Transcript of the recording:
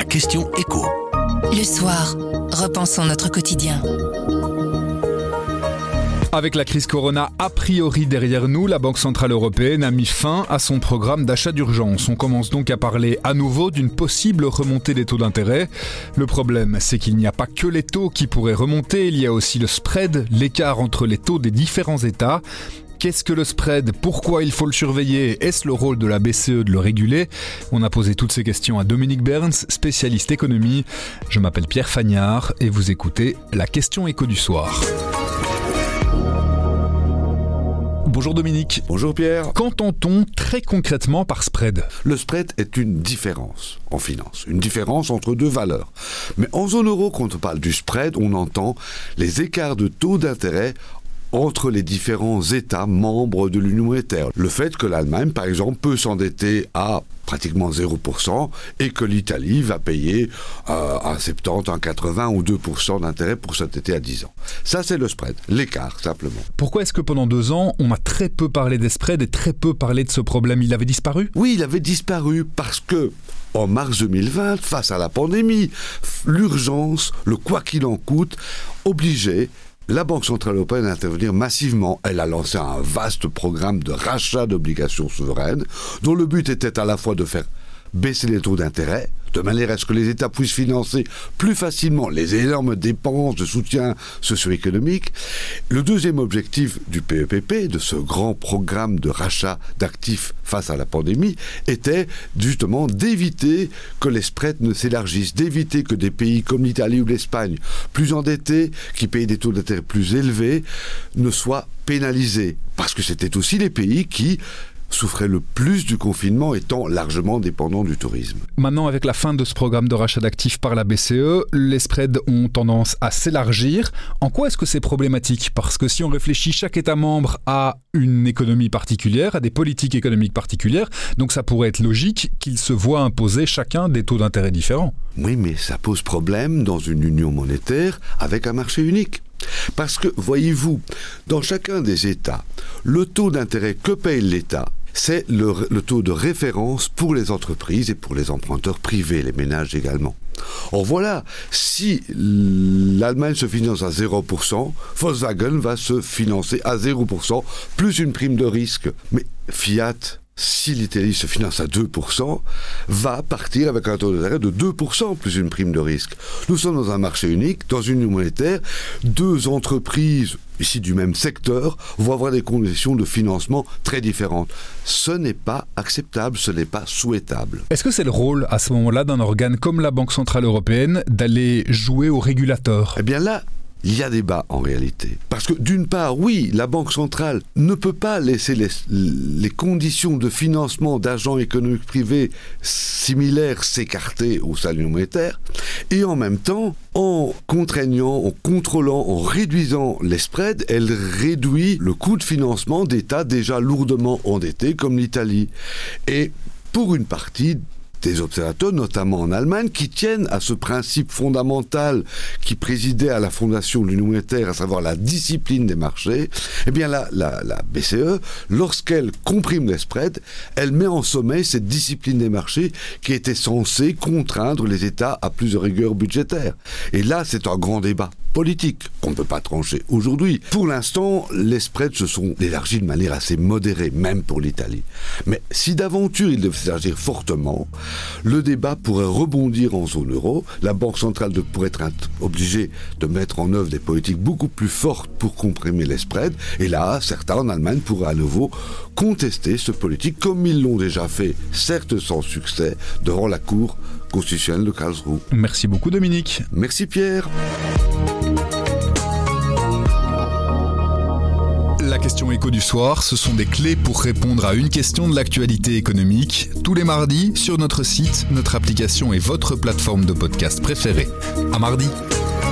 question écho. Le soir, repensons notre quotidien. Avec la crise Corona a priori derrière nous, la Banque Centrale Européenne a mis fin à son programme d'achat d'urgence. On commence donc à parler à nouveau d'une possible remontée des taux d'intérêt. Le problème, c'est qu'il n'y a pas que les taux qui pourraient remonter, il y a aussi le spread, l'écart entre les taux des différents États. Qu'est-ce que le spread ? Pourquoi il faut le surveiller ? Est-ce le rôle de la BCE de le réguler ? On a posé toutes ces questions à Dominique Berns, spécialiste économie. Je m'appelle Pierre Fagnard et vous écoutez la question écho du soir. Bonjour Dominique. Bonjour Pierre. Qu'entend-on très concrètement par spread ? Le spread est une différence en finance, une différence entre deux valeurs. Mais en zone euro, quand on parle du spread, on entend les écarts de taux d'intérêt entre les différents États membres de l'Union monétaire. Le fait que l'Allemagne, par exemple, peut s'endetter à pratiquement 0% et que l'Italie va payer un 70, un 80 ou 2% d'intérêt pour s'endetter à 10 ans. Ça, c'est le spread, l'écart, simplement. Pourquoi est-ce que pendant 2 ans, on a très peu parlé des spreads et très peu parlé de ce problème ? Il avait disparu ? Oui, il avait disparu parce que en mars 2020, face à la pandémie, l'urgence, le quoi qu'il en coûte, obligeait la Banque Centrale Européenne à intervenir massivement. Elle a lancé un vaste programme de rachat d'obligations souveraines dont le but était à la fois de faire baisser les taux d'intérêt, de manière à ce que les États puissent financer plus facilement les énormes dépenses de soutien socio-économique. Le deuxième objectif du PEPP, de ce grand programme de rachat d'actifs face à la pandémie, était justement d'éviter que les spreads ne s'élargissent, d'éviter que des pays comme l'Italie ou l'Espagne, plus endettés, qui payent des taux d'intérêt plus élevés, ne soient pénalisés. Parce que c'était aussi les pays qui souffrait le plus du confinement, étant largement dépendant du tourisme. Maintenant, avec la fin de ce programme de rachat d'actifs par la BCE, les spreads ont tendance à s'élargir. En quoi est-ce que c'est problématique ? Parce que si on réfléchit, chaque État membre a une économie particulière, a des politiques économiques particulières, donc ça pourrait être logique qu'ils se voient imposer chacun des taux d'intérêt différents. Oui, mais ça pose problème dans une union monétaire avec un marché unique. Parce que, voyez-vous, dans chacun des États, le taux d'intérêt que paye l'État, c'est le taux de référence pour les entreprises et pour les emprunteurs privés, les ménages également. Or voilà, si l'Allemagne se finance à 0%, Volkswagen va se financer à 0%, plus une prime de risque. Mais Fiat, si l'Italie se finance à 2%, va partir avec un taux d'intérêt de 2% plus une prime de risque. Nous sommes dans un marché unique, dans une union monétaire, deux entreprises ici du même secteur vont avoir des conditions de financement très différentes. Ce n'est pas acceptable, ce n'est pas souhaitable. Est-ce que c'est le rôle à ce moment-là d'un organe comme la Banque Centrale Européenne d'aller jouer au régulateur ? Eh bien là, il y a débat en réalité. Parce que d'une part, oui, la Banque centrale ne peut pas laisser les conditions de financement d'agents économiques privés similaires s'écarter au sein de l'Union monétaire. Et en même temps, en contraignant, en contrôlant, en réduisant les spreads, elle réduit le coût de financement d'États déjà lourdement endettés comme l'Italie. Et pour une partie des observateurs, notamment en Allemagne, qui tiennent à ce principe fondamental qui présidait à la fondation de l'Union monétaire, à savoir la discipline des marchés, eh bien la BCE, lorsqu'elle comprime les spreads, elle met en sommeil cette discipline des marchés qui était censée contraindre les États à plus de rigueur budgétaire. Et là, c'est un grand débat politique qu'on ne peut pas trancher aujourd'hui. Pour l'instant, les spreads se sont élargis de manière assez modérée, même pour l'Italie. Mais si d'aventure ils devaient s'élargir fortement, le débat pourrait rebondir en zone euro. La Banque centrale pourrait être obligée de mettre en œuvre des politiques beaucoup plus fortes pour comprimer les spreads. Et là, certains en Allemagne pourraient à nouveau contester ce politique, comme ils l'ont déjà fait, certes sans succès, devant la Cour constitutionnelle de Karlsruhe. Merci beaucoup Dominique. Merci Pierre. La question écho du soir, ce sont des clés pour répondre à une question de l'actualité économique. Tous les mardis, sur notre site, notre application et votre plateforme de podcast préférée. À mardi.